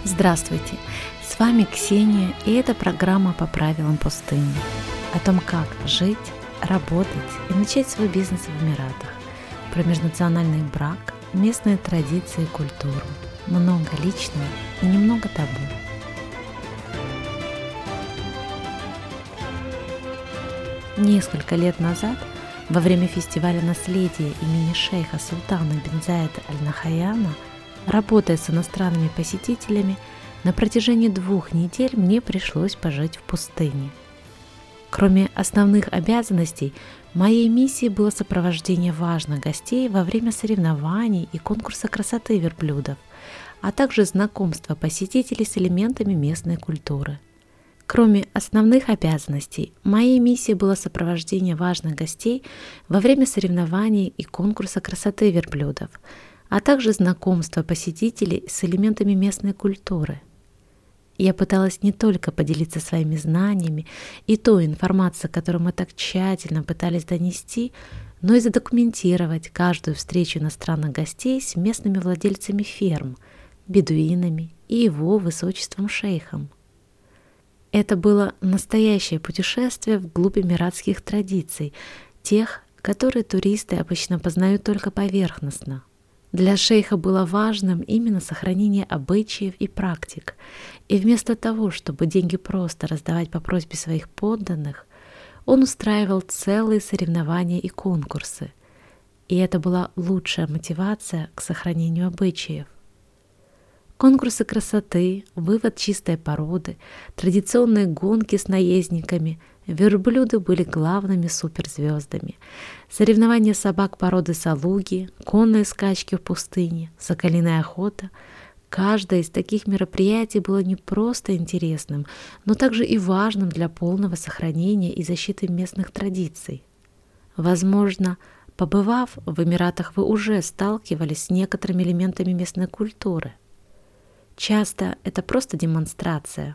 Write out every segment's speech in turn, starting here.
Здравствуйте, с вами Ксения, и это программа «По правилам пустыни» о том, как жить, работать и начать свой бизнес в Эмиратах, про межнациональный брак, местные традиции и культуру, много личного и немного табу. Несколько лет назад, во время фестиваля наследия имени шейха Султана бин Заида Аль Нахаяна, работая с иностранными посетителями, на протяжении 2 недель мне пришлось пожить в пустыне. Кроме основных обязанностей, моей миссией было сопровождение важных гостей во время соревнований и конкурса красоты верблюдов, а также знакомство посетителей с элементами местной культуры. Кроме основных обязанностей, моей миссией было сопровождение важных гостей во время соревнований и конкурса красоты верблюдов, а также знакомство посетителей с элементами местной культуры. Я пыталась не только поделиться своими знаниями и той информацией, которую мы так тщательно пытались донести, но и задокументировать каждую встречу иностранных гостей с местными владельцами ферм, бедуинами и его высочеством шейхом. Это было настоящее путешествие вглубь эмиратских традиций, тех, которые туристы обычно познают только поверхностно. Для шейха было важным именно сохранение обычаев и практик, и вместо того, чтобы деньги просто раздавать по просьбе своих подданных, он устраивал целые соревнования и конкурсы, и это была лучшая мотивация к сохранению обычаев. Конкурсы красоты, вывод чистой породы, традиционные гонки с наездниками, верблюды были главными суперзвездами. Соревнования собак породы салуги, конные скачки в пустыне, соколиная охота. Каждое из таких мероприятий было не просто интересным, но также и важным для полного сохранения и защиты местных традиций. Возможно, побывав в Эмиратах, вы уже сталкивались с некоторыми элементами местной культуры. Часто это просто демонстрация.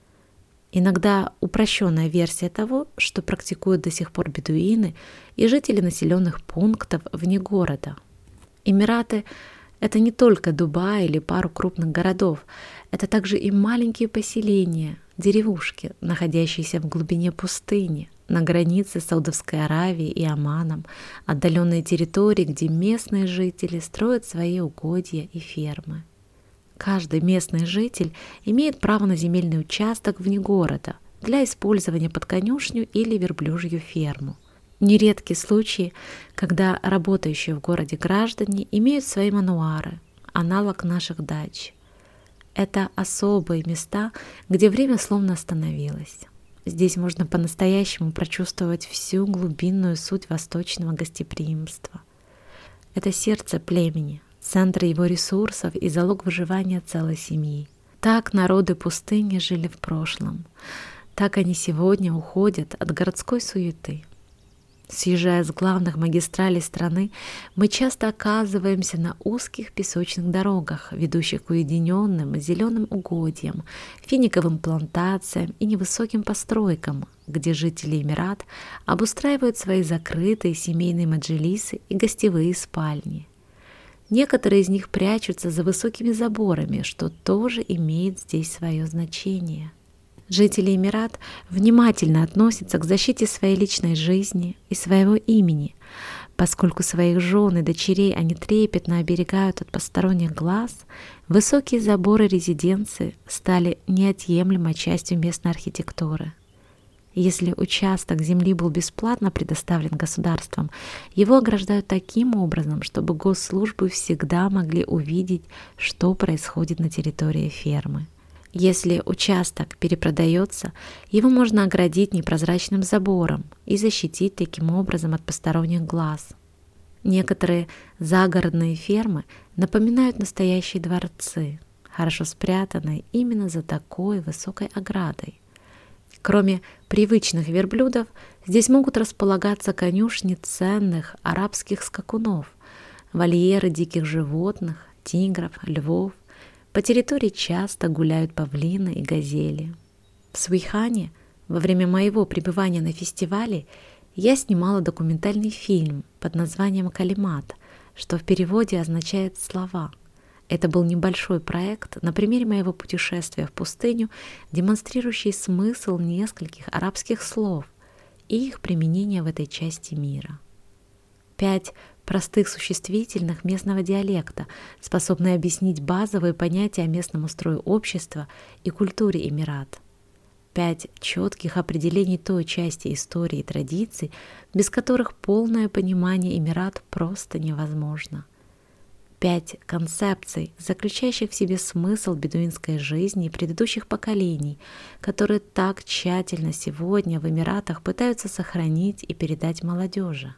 Иногда упрощенная версия того, что практикуют до сих пор бедуины и жители населенных пунктов вне города. Эмираты – это не только Дубай или пару крупных городов, это также и маленькие поселения, деревушки, находящиеся в глубине пустыни, на границе с Саудовской Аравией и Оманом, отдаленные территории, где местные жители строят свои угодья и фермы. Каждый местный житель имеет право на земельный участок вне города для использования под конюшню или верблюжью ферму. Нередки случаи, когда работающие в городе граждане имеют свои мануары, аналог наших дач. Это особые места, где время словно остановилось. Здесь можно по-настоящему прочувствовать всю глубинную суть восточного гостеприимства. Это сердце племени, центр его ресурсов и залог выживания целой семьи. Так народы пустыни жили в прошлом. Так они сегодня уходят от городской суеты. Съезжая с главных магистралей страны, мы часто оказываемся на узких песочных дорогах, ведущих к уединенным зеленым угодьям, финиковым плантациям и невысоким постройкам, где жители Эмират обустраивают свои закрытые семейные маджлисы и гостевые спальни. Некоторые из них прячутся за высокими заборами, что тоже имеет здесь свое значение. Жители Эмират внимательно относятся к защите своей личной жизни и своего имени, поскольку своих жен и дочерей они трепетно оберегают от посторонних глаз. Высокие заборы резиденции стали неотъемлемой частью местной архитектуры. Если участок земли был бесплатно предоставлен государством, его ограждают таким образом, чтобы госслужбы всегда могли увидеть, что происходит на территории фермы. Если участок перепродается, его можно оградить непрозрачным забором и защитить таким образом от посторонних глаз. Некоторые загородные фермы напоминают настоящие дворцы, хорошо спрятанные именно за такой высокой оградой. Кроме привычных верблюдов, здесь могут располагаться конюшни ценных арабских скакунов, вольеры диких животных, тигров, львов. По территории часто гуляют павлины и газели. В Суйхане во время моего пребывания на фестивале я снимала документальный фильм под названием «Калимат», что в переводе означает «слова». Это был небольшой проект на примере моего путешествия в пустыню, демонстрирующий смысл нескольких арабских слов и их применение в этой части мира. 5 простых существительных местного диалекта, способные объяснить базовые понятия о местном устрое общества и культуре Эмират. 5 четких определений той части истории и традиций, без которых полное понимание Эмират просто невозможно. 5 концепций, заключающих в себе смысл бедуинской жизни предыдущих поколений, которые так тщательно сегодня в Эмиратах пытаются сохранить и передать молодежи.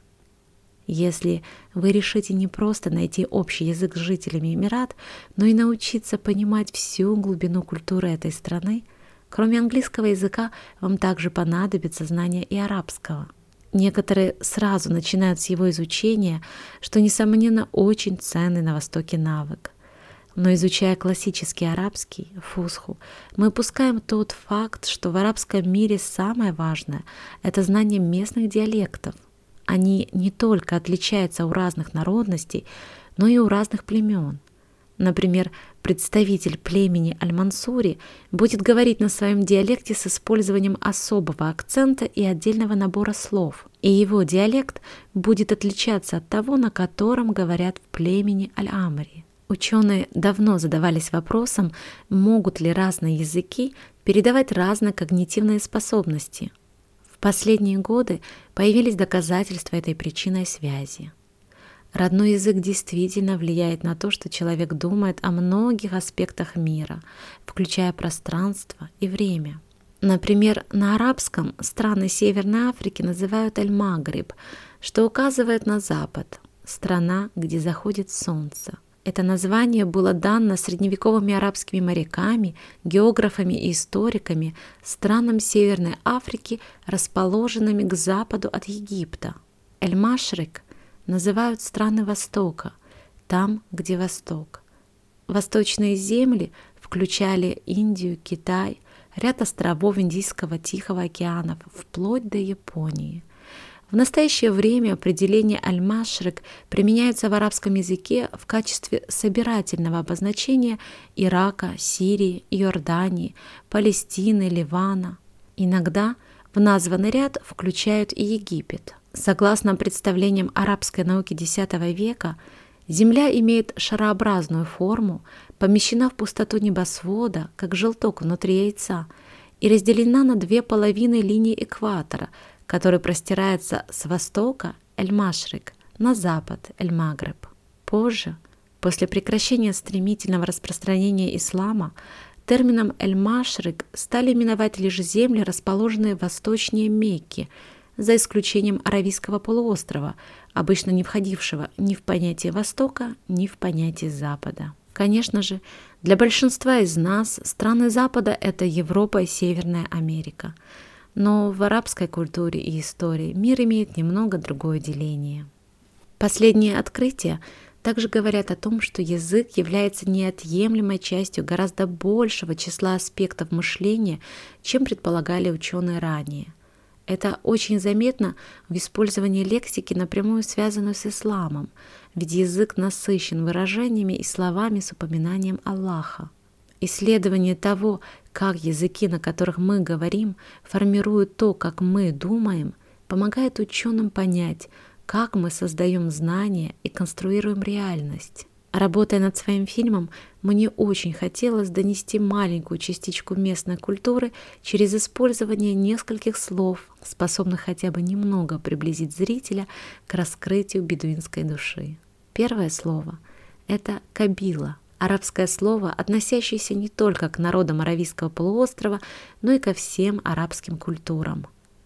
Если вы решите не просто найти общий язык с жителями Эмират, но и научиться понимать всю глубину культуры этой страны, кроме английского языка вам также понадобится знание и арабского. Некоторые сразу начинают с его изучения, что, несомненно, очень ценный на Востоке навык. Но изучая классический арабский, фусху, мы упускаем тот факт, что в арабском мире самое важное – это знание местных диалектов. Они не только отличаются у разных народностей, но и у разных племен. Например, представитель племени Аль-Мансури будет говорить на своем диалекте с использованием особого акцента и отдельного набора слов, и его диалект будет отличаться от того, на котором говорят в племени Аль-Амри. Ученые давно задавались вопросом, могут ли разные языки передавать разные когнитивные способности. В последние годы появились доказательства этой причинной связи. Родной язык действительно влияет на то, что человек думает о многих аспектах мира, включая пространство и время. Например, на арабском страны Северной Африки называют Аль-Магриб, что указывает на запад, страна, где заходит солнце. Это название было дано средневековыми арабскими моряками, географами и историками странам Северной Африки, расположенными к западу от Египта. Эль-Машрик называют страны Востока, там, где Восток. Восточные земли включали Индию, Китай, ряд островов Индийского Тихого океанов, вплоть до Японии. В настоящее время определение Аль-Машрик применяется в арабском языке в качестве собирательного обозначения Ирака, Сирии, Иордании, Палестины, Ливана. Иногда в названный ряд включают и Египет. Согласно представлениям арабской науки X века, Земля имеет шарообразную форму, помещена в пустоту небосвода, как желток внутри яйца, и разделена на 2 половины линии экватора, который простирается с востока Эль-Машрик на запад Эль-Магриб. Позже, после прекращения стремительного распространения ислама, термином Эль-Машрик стали именовать лишь земли, расположенные восточнее Мекки, за исключением Аравийского полуострова, обычно не входившего ни в понятие Востока, ни в понятие Запада. Конечно же, для большинства из нас страны Запада – это Европа и Северная Америка. Но в арабской культуре и истории мир имеет немного другое деление. Последние открытия также говорят о том, что язык является неотъемлемой частью гораздо большего числа аспектов мышления, чем предполагали ученые ранее. Это очень заметно в использовании лексики, напрямую связанной с исламом, ведь язык насыщен выражениями и словами с упоминанием Аллаха. Исследование того, как языки, на которых мы говорим, формируют то, как мы думаем, помогает ученым понять, как мы создаем знания и конструируем реальность. Работая над своим фильмом, мне очень хотелось донести маленькую частичку местной культуры через использование нескольких слов, способных хотя бы немного приблизить зрителя к раскрытию бедуинской души. Первое слово – это «кабила», арабское слово, относящееся не только к народам Аравийского полуострова, но и ко всем арабским культурам.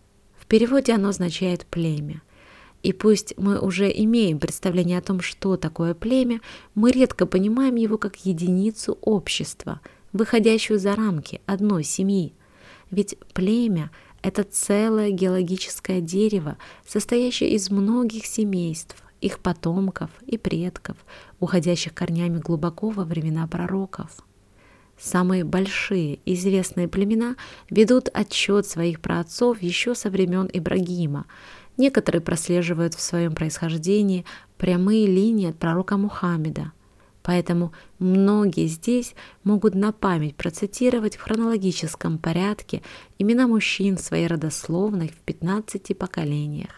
В переводе оно означает «племя». И пусть мы уже имеем представление о том, что такое племя, мы редко понимаем его как единицу общества, выходящую за рамки одной семьи. Ведь племя – это целое геологическое дерево, состоящее из многих семейств, их потомков и предков, уходящих корнями глубоко во времена пророков. Самые большие известные племена ведут отчет своих праотцов еще со времен Ибрагима. Некоторые прослеживают в своем происхождении прямые линии от пророка Мухаммеда. поэтому многие здесь могут на память процитировать в хронологическом порядке имена мужчин в своей родословной в 15 поколениях.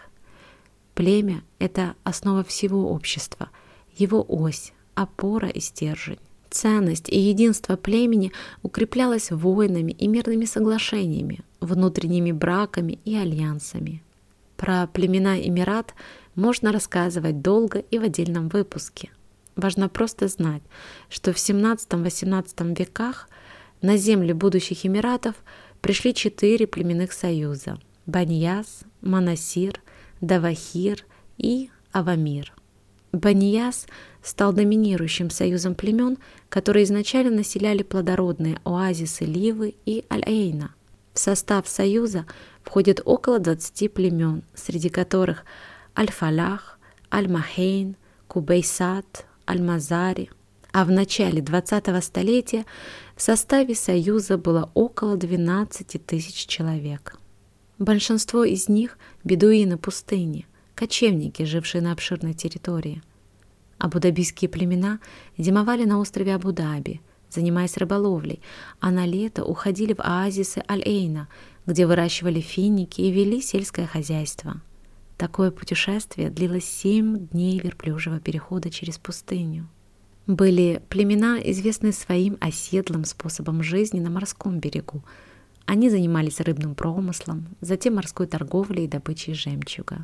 Племя – это основа всего общества, его ось, опора и стержень. Ценность и единство племени укреплялось войнами и мирными соглашениями, внутренними браками и альянсами. Про племена Эмират можно рассказывать долго и в отдельном выпуске. Важно просто знать, что в 17-18 веках на земли будущих Эмиратов пришли 4 племенных союза – Банияс, Манасир, Давахир и Авамир. Банияс стал доминирующим союзом племен, которые изначально населяли плодородные оазисы Ливы и Аль-Эйна. В состав союза входит около 20 племен, среди которых Аль-Фалах, Аль-Махейн, Кубейсат, Аль-Мазари. А в начале 20-го столетия в составе союза было около 12 тысяч человек. Большинство из них – бедуины пустыни, кочевники, жившие на обширной территории. Абу-дабийские племена зимовали на острове Абу-Даби, занимаясь рыболовлей, а на лето уходили в оазисы Аль-Эйна, где выращивали финики и вели сельское хозяйство. Такое путешествие длилось 7 дней верблюжьего перехода через пустыню. Были племена, известные своим оседлым способом жизни на морском берегу. Они занимались рыбным промыслом, затем морской торговлей и добычей жемчуга.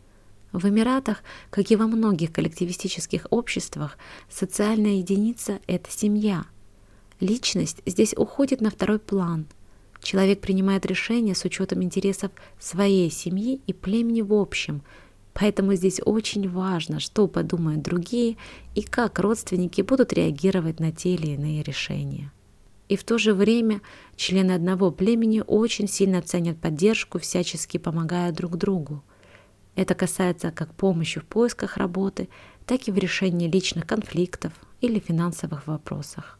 В Эмиратах, как и во многих коллективистических обществах, социальная единица – это семья. Личность здесь уходит на второй план. Человек принимает решения с учетом интересов своей семьи и племени в общем, поэтому здесь очень важно, что подумают другие и как родственники будут реагировать на те или иные решения. И в то же время члены одного племени очень сильно ценят поддержку, всячески помогая друг другу. Это касается как помощи в поисках работы, так и в решении личных конфликтов или финансовых вопросах.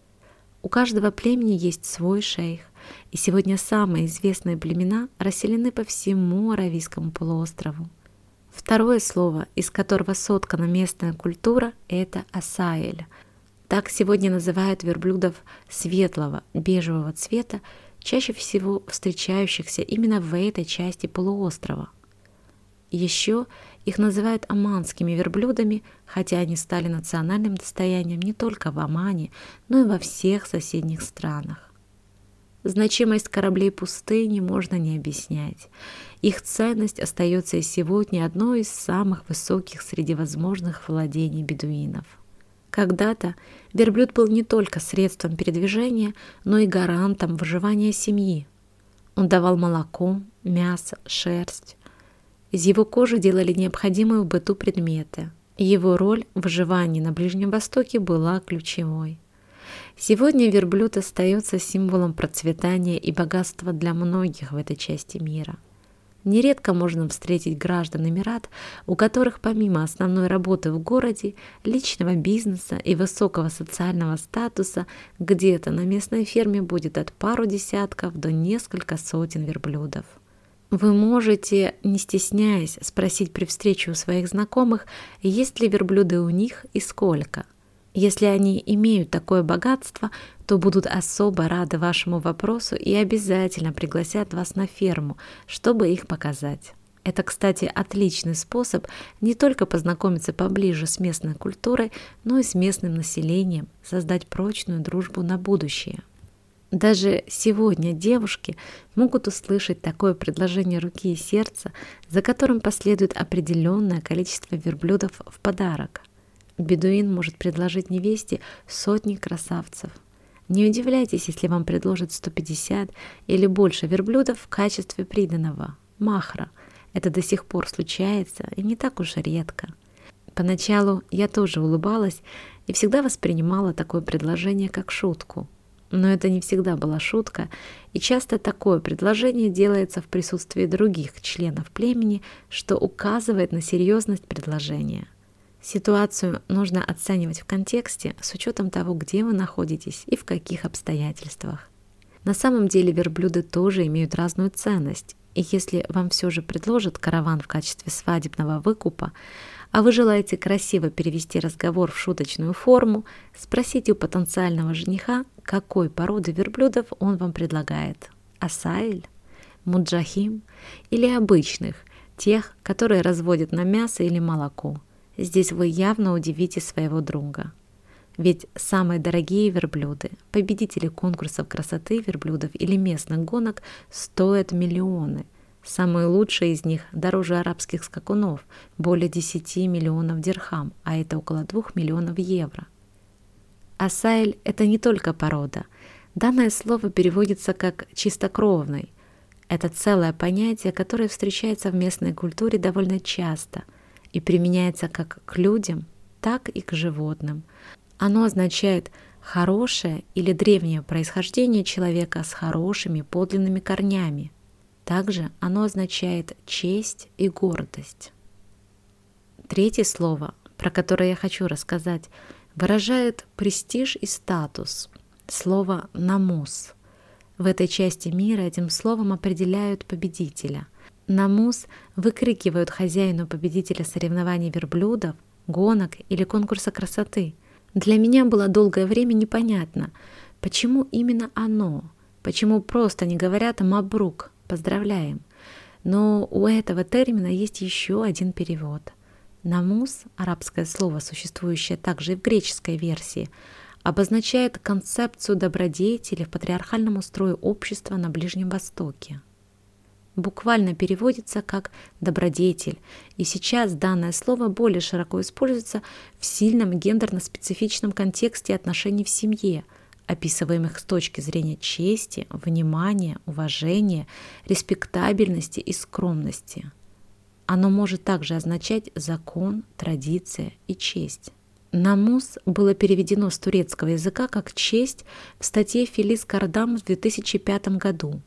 У каждого племени есть свой шейх, и сегодня самые известные племена расселены по всему Аравийскому полуострову. Второе слово, из которого соткана местная культура, это асаэль. Так сегодня называют верблюдов светлого, бежевого цвета, чаще всего встречающихся именно в этой части полуострова. Еще их называют оманскими верблюдами, хотя они стали национальным достоянием не только в Омане, но и во всех соседних странах. Значимость кораблей пустыни можно не объяснять. Их ценность остается и сегодня одной из самых высоких среди возможных владений бедуинов. Когда-то верблюд был не только средством передвижения, но и гарантом выживания семьи. Он давал молоко, мясо, шерсть. Из его кожи делали необходимые в быту предметы. Его роль в выживании на Ближнем Востоке была ключевой. Сегодня верблюд остается символом процветания и богатства для многих в этой части мира. Нередко можно встретить граждан Эмират, у которых помимо основной работы в городе, личного бизнеса и высокого социального статуса, где-то на местной ферме будет от пару десятков до несколько сотен верблюдов. Вы можете, не стесняясь, спросить при встрече у своих знакомых, есть ли верблюды у них и сколько. Если они имеют такое богатство, то будут особо рады вашему вопросу и обязательно пригласят вас на ферму, чтобы их показать. Это, кстати, отличный способ не только познакомиться поближе с местной культурой, но и с местным населением, создать прочную дружбу на будущее. Даже сегодня девушки могут услышать такое предложение руки и сердца, за которым последует определенное количество верблюдов в подарок. Бедуин может предложить невесте сотни красавцев. Не удивляйтесь, если вам предложат 150 или больше верблюдов в качестве приданого, махра. Это до сих пор случается и не так уж редко. Поначалу я тоже улыбалась и всегда воспринимала такое предложение как шутку. Но это не всегда была шутка, и часто такое предложение делается в присутствии других членов племени, что указывает на серьезность предложения. Ситуацию нужно оценивать в контексте с учетом того, где вы находитесь и в каких обстоятельствах. На самом деле верблюды тоже имеют разную ценность, и если вам все же предложат караван в качестве свадебного выкупа, а вы желаете красиво перевести разговор в шуточную форму, спросите у потенциального жениха, какой породы верблюдов он вам предлагает – асайль, муджахим или обычных, тех, которые разводят на мясо или молоко. Здесь вы явно удивите своего друга. Ведь самые дорогие верблюды, победители конкурсов красоты верблюдов или местных гонок, стоят миллионы. Самые лучшие из них дороже арабских скакунов, более 10 миллионов дирхам, а это около 2 миллионов евро. Асайль – это не только порода. Данное слово переводится как «чистокровный». Это целое понятие, которое встречается в местной культуре довольно часто и применяется как к людям, так и к животным. Оно означает хорошее или древнее происхождение человека с хорошими подлинными корнями. Также оно означает честь и гордость. Третье слово, про которое я хочу рассказать, выражает престиж и статус. Слово «намус». В этой части мира этим словом определяют победителя. Намус выкрикивают хозяину победителя соревнований верблюдов, гонок или конкурса красоты. Для меня было долгое время непонятно, почему именно оно, почему просто не говорят «мабрук», «поздравляем». Но у этого термина есть еще один перевод. Намус, арабское слово, существующее также и в греческой версии, обозначает концепцию добродетели в патриархальном устрое общества на Ближнем Востоке. Буквально переводится как «добродетель», и сейчас данное слово более широко используется в сильном гендерно-специфичном контексте отношений в семье, описываемых с точки зрения чести, внимания, уважения, респектабельности и скромности. Оно может также означать закон, традиция и честь. Намус было переведено с турецкого языка как «честь» в статье Фелис Кардам в 2005 году.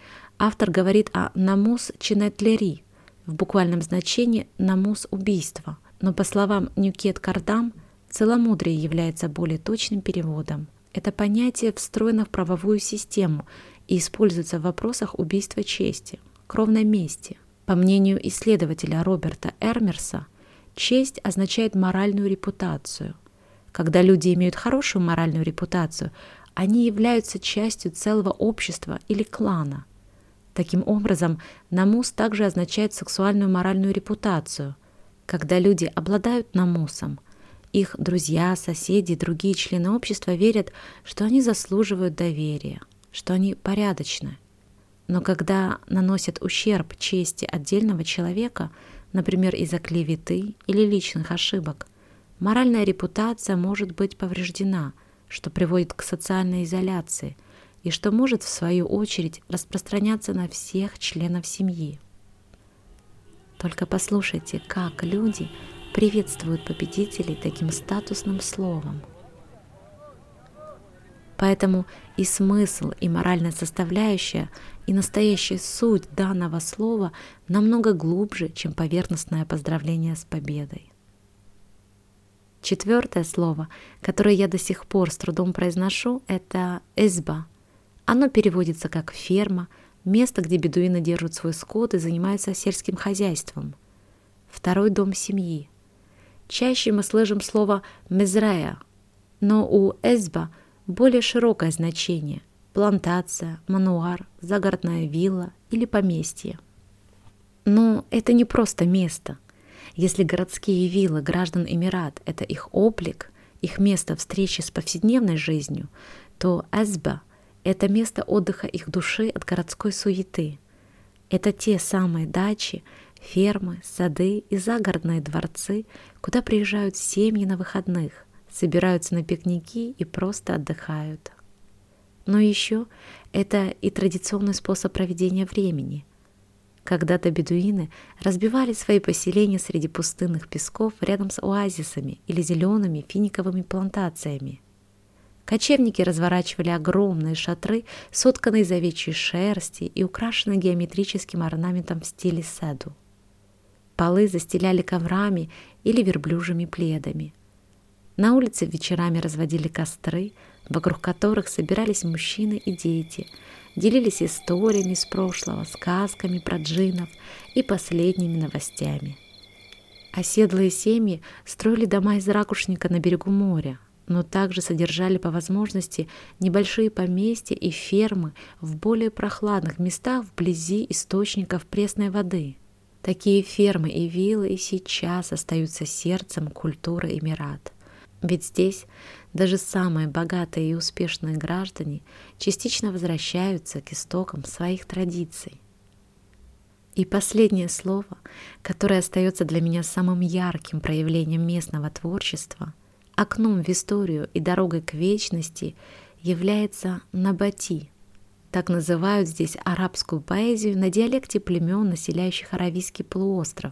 Автор говорит о «намус чинетлери», в буквальном значении «намус убийства», но по словам Нюкет Кардам, целомудрие является более точным переводом. Это понятие встроено в правовую систему и используется в вопросах убийства чести, кровной мести. По мнению исследователя Роберта Эрмерса, честь означает моральную репутацию. Когда люди имеют хорошую моральную репутацию, они являются частью целого общества или клана. Таким образом, намус также означает сексуальную моральную репутацию. Когда люди обладают намусом, их друзья, соседи и другие члены общества верят, что они заслуживают доверия, что они порядочны. Но когда наносят ущерб чести отдельного человека, например, из-за клеветы или личных ошибок, моральная репутация может быть повреждена, что приводит к социальной изоляции и что может, в свою очередь, распространяться на всех членов семьи. Только послушайте, как люди приветствуют победителей таким статусным словом. Поэтому и смысл, и моральная составляющая, и настоящая суть данного слова намного глубже, чем поверхностное поздравление с победой. Четвертое слово, которое я до сих пор с трудом произношу, это «эзба». Оно переводится как «ферма», место, где бедуины держат свой скот и занимаются сельским хозяйством. Второй дом семьи. Чаще мы слышим слово «мезрая», но у «эзба» более широкое значение – плантация, мануар, загородная вилла или поместье. Но это не просто место. Если городские виллы граждан Эмират – это их облик, их место встречи с повседневной жизнью, то эзба – это место отдыха их души от городской суеты. Это те самые дачи, фермы, сады и загородные дворцы, куда приезжают семьи на выходных, собираются на пикники и просто отдыхают. Но еще это и традиционный способ проведения времени. Когда-то бедуины разбивали свои поселения среди пустынных песков рядом с оазисами или зелеными финиковыми плантациями. Кочевники разворачивали огромные шатры, сотканные из овечьей шерсти и украшенные геометрическим орнаментом в стиле саду. Полы застеляли коврами или верблюжьими пледами. На улице вечерами разводили костры, вокруг которых собирались мужчины и дети, делились историями из прошлого, сказками про джиннов и последними новостями. Оседлые семьи строили дома из ракушника на берегу моря, но также содержали по возможности небольшие поместья и фермы в более прохладных местах вблизи источников пресной воды. Такие фермы и виллы и сейчас остаются сердцем культуры Эмират. Ведь здесь даже самые богатые и успешные граждане частично возвращаются к истокам своих традиций. И последнее слово, которое остается для меня самым ярким проявлением местного творчества, окном в историю и дорогой к вечности, является набати. Так называют здесь арабскую поэзию на диалекте племен, населяющих Аравийский полуостров.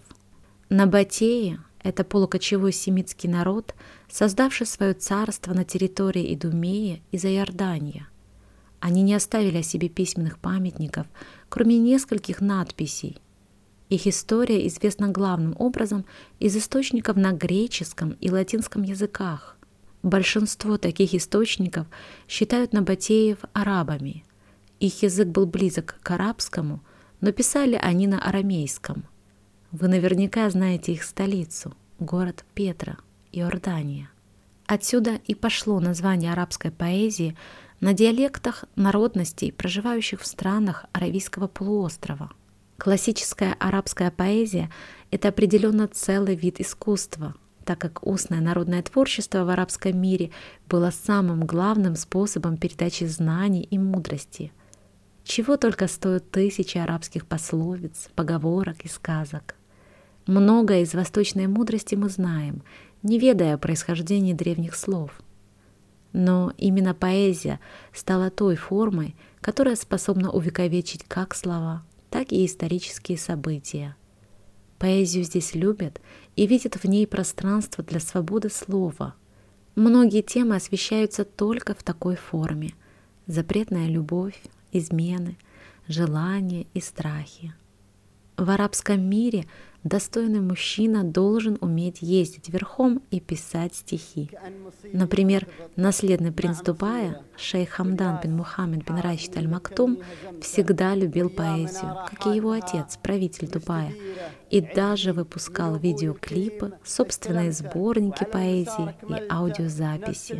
Набатеи — это полукочевой семитский народ, создавший свое царство на территории Идумея и Зайордания. Они не оставили о себе письменных памятников, кроме нескольких надписей. Их история известна главным образом из источников на греческом и латинском языках. Большинство таких источников считают набатеев арабами. Их язык был близок к арабскому, но писали они на арамейском. Вы наверняка знаете их столицу, город Петра, Иордания. Отсюда и пошло название арабской поэзии на диалектах народностей, проживающих в странах Аравийского полуострова. Классическая арабская поэзия — это определенно целый вид искусства, так как устное народное творчество в арабском мире было самым главным способом передачи знаний и мудрости. Чего только стоят тысячи арабских пословиц, поговорок и сказок. Многое из восточной мудрости мы знаем, не ведая о происхождении древних слов. Но именно поэзия стала той формой, которая способна увековечить как слова, так и исторические события. Поэзию здесь любят и видят в ней пространство для свободы слова. Многие темы освещаются только в такой форме: запретная любовь, измены, желания и страхи. В арабском мире достойный мужчина должен уметь ездить верхом и писать стихи. Например, наследный принц Дубая, шейх Хамдан бин Мухаммед бин Рашид Аль-Мактум, всегда любил поэзию, как и его отец, правитель Дубая, и даже выпускал видеоклипы, собственные сборники поэзии и аудиозаписи.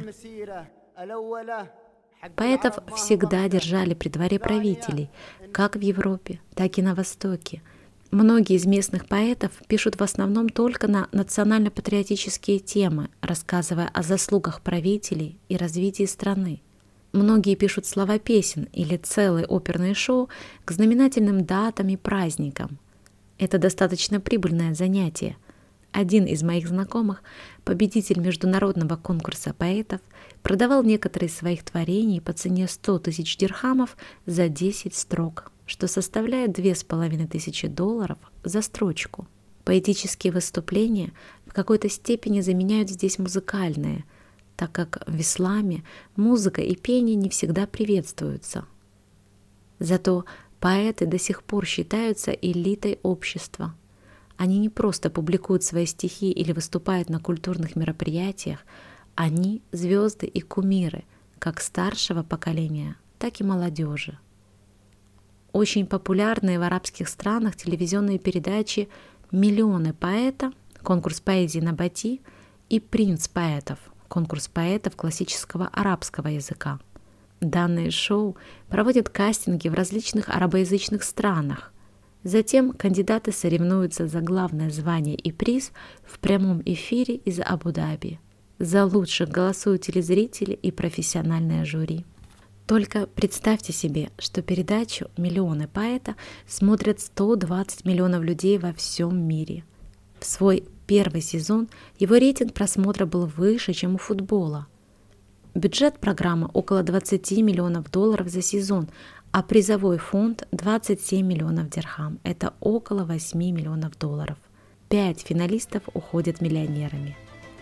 Поэтов всегда держали при дворе правителей, как в Европе, так и на Востоке. Многие из местных поэтов пишут в основном только на национально-патриотические темы, рассказывая о заслугах правителей и развитии страны. Многие пишут слова песен или целые оперные шоу к знаменательным датам и праздникам. Это достаточно прибыльное занятие. Один из моих знакомых, победитель международного конкурса поэтов, продавал некоторые из своих творений по цене 100 тысяч дирхамов за 10 строк, что составляет $2500 за строчку. Поэтические выступления в какой-то степени заменяют здесь музыкальные, так как в исламе музыка и пение не всегда приветствуются. Зато поэты до сих пор считаются элитой общества. Они не просто публикуют свои стихи или выступают на культурных мероприятиях, они — звезды и кумиры как старшего поколения, так и молодежи. Очень популярные в арабских странах телевизионные передачи «Миллионы поэта», конкурс поэзии Набати, и «Принц поэтов», конкурс поэтов классического арабского языка. Данные шоу проводят кастинги в различных арабоязычных странах. Затем кандидаты соревнуются за главное звание и приз в прямом эфире из Абу-Даби. За лучших голосуют телезрители и профессиональное жюри. Только представьте себе, что передачу «Миллионы поэта» смотрят 120 миллионов людей во всем мире. В свой первый сезон его рейтинг просмотра был выше, чем у футбола. Бюджет программы около $20 миллионов за сезон, а призовой фонд 27 миллионов дирхам. Это около $8 миллионов. 5 финалистов уходят миллионерами.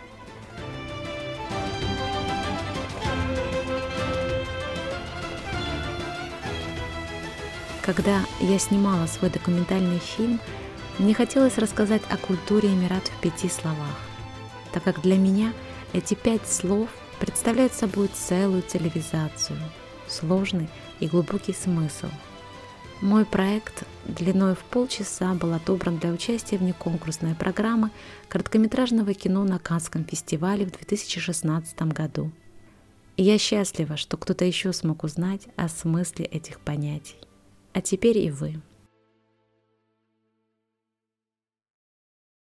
Когда я снимала свой документальный фильм, мне хотелось рассказать о культуре Эмират в 5 словах, так как для меня эти 5 слов представляют собой целую цивилизацию, сложный и глубокий смысл. Мой проект длиной в полчаса был отобран для участия в внеконкурсной программы короткометражного кино на Каннском фестивале в 2016 году. И я счастлива, что кто-то еще смог узнать о смысле этих понятий. А теперь и вы.